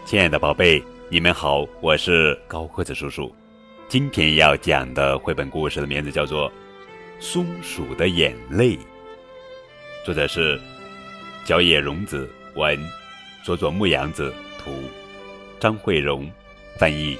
亲爱的宝贝，你们好，我是高个子叔叔。今天要讲的绘本故事的名字叫做《松鼠的眼泪》，作者是角野荣子文，佐佐木阳子图，张慧荣翻译。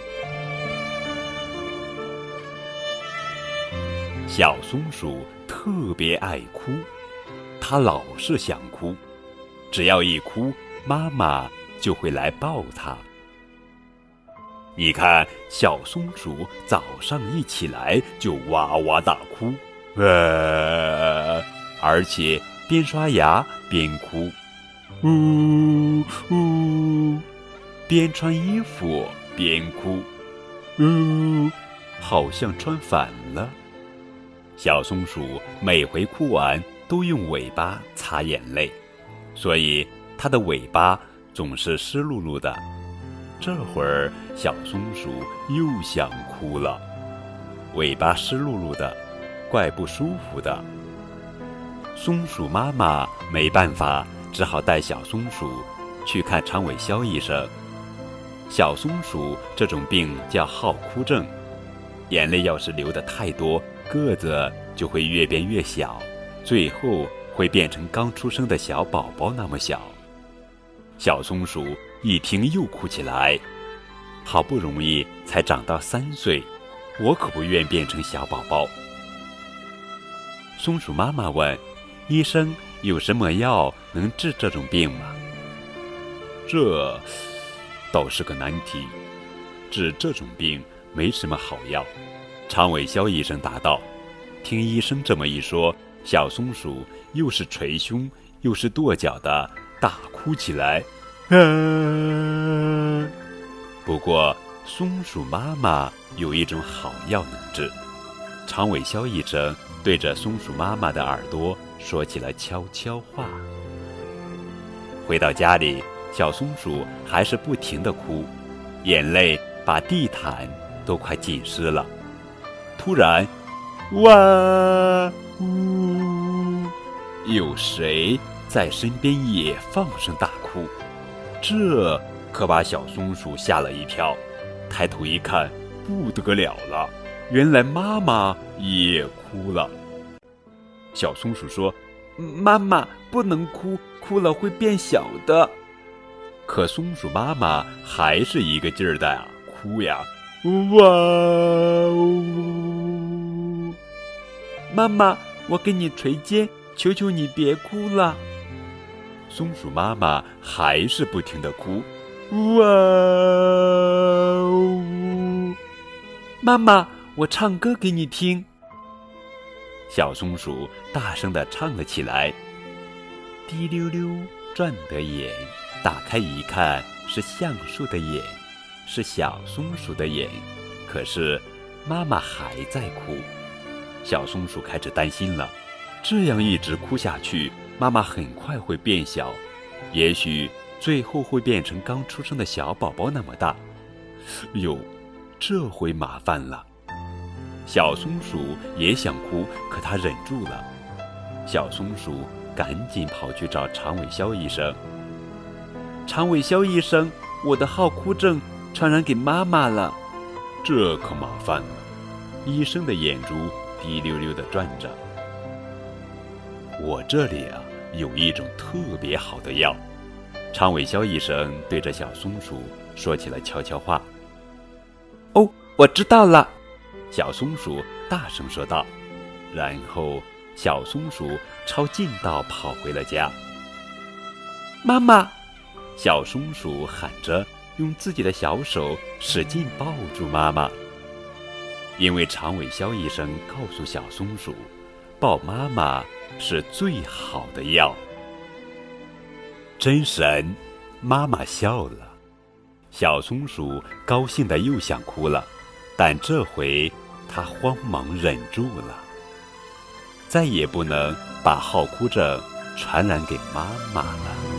小松鼠特别爱哭，它老是想哭，只要一哭，妈妈就会来抱它。你看，小松鼠早上一起来就哇哇大哭，而且边刷牙边哭，呜呜，边穿衣服边哭，好像穿反了。小松鼠每回哭完都用尾巴擦眼泪，所以它的尾巴总是湿漉漉的。这会儿小松鼠又想哭了，尾巴湿漉漉的，怪不舒服的。松鼠妈妈没办法，只好带小松鼠去看长尾肖医生。小松鼠这种病叫好哭症，眼泪要是流得太多，个子就会越变越小，最后会变成刚出生的小宝宝那么小。小松鼠一听又哭起来，好不容易才长到3岁，我可不愿变成小宝宝。松鼠妈妈问医生，有什么药能治这种病吗？这倒是个难题，治这种病没什么好药。长尾肖医生答道。听医生这么一说，小松鼠又是捶胸又是跺脚的大哭起来。不过松鼠妈妈有一种好药能治。长尾肖医生对着松鼠妈妈的耳朵说起了悄悄话。回到家里，小松鼠还是不停地哭，眼泪把地毯都快浸湿了。突然，哇呜，有谁在身边也放声大哭，这可把小松鼠吓了一跳。抬头一看，不得了了，原来妈妈也哭了。小松鼠说：妈妈不能哭，哭了会变小的。可松鼠妈妈还是一个劲儿的哭呀，哇呜！妈妈，我给你捶肩，求求你别哭了。松鼠妈妈还是不停地哭，哇呜！妈妈，我唱歌给你听。小松鼠大声地唱了起来。滴溜溜转的眼，打开一看，是橡树的眼，是小松鼠的眼，可是妈妈还在哭。小松鼠开始担心了，这样一直哭下去，妈妈很快会变小，也许最后会变成刚出生的小宝宝那么大。哟，这回麻烦了。小松鼠也想哭，可它忍住了。小松鼠赶紧跑去找长尾肖医生。长尾肖医生，我的好哭症传染给妈妈了。这可麻烦了。医生的眼珠滴溜溜地转着。我这里有一种特别好的药。长尾肖医生对着小松鼠说起了悄悄话。哦，我知道了，小松鼠大声说道。然后小松鼠抄近道跑回了家。妈妈，小松鼠喊着，用自己的小手使劲抱住妈妈。因为长尾肖医生告诉小松鼠，抱妈妈是最好的药。真神，妈妈笑了。小松鼠高兴得又想哭了，但这回它慌忙忍住了，再也不能把好哭症传染给妈妈了。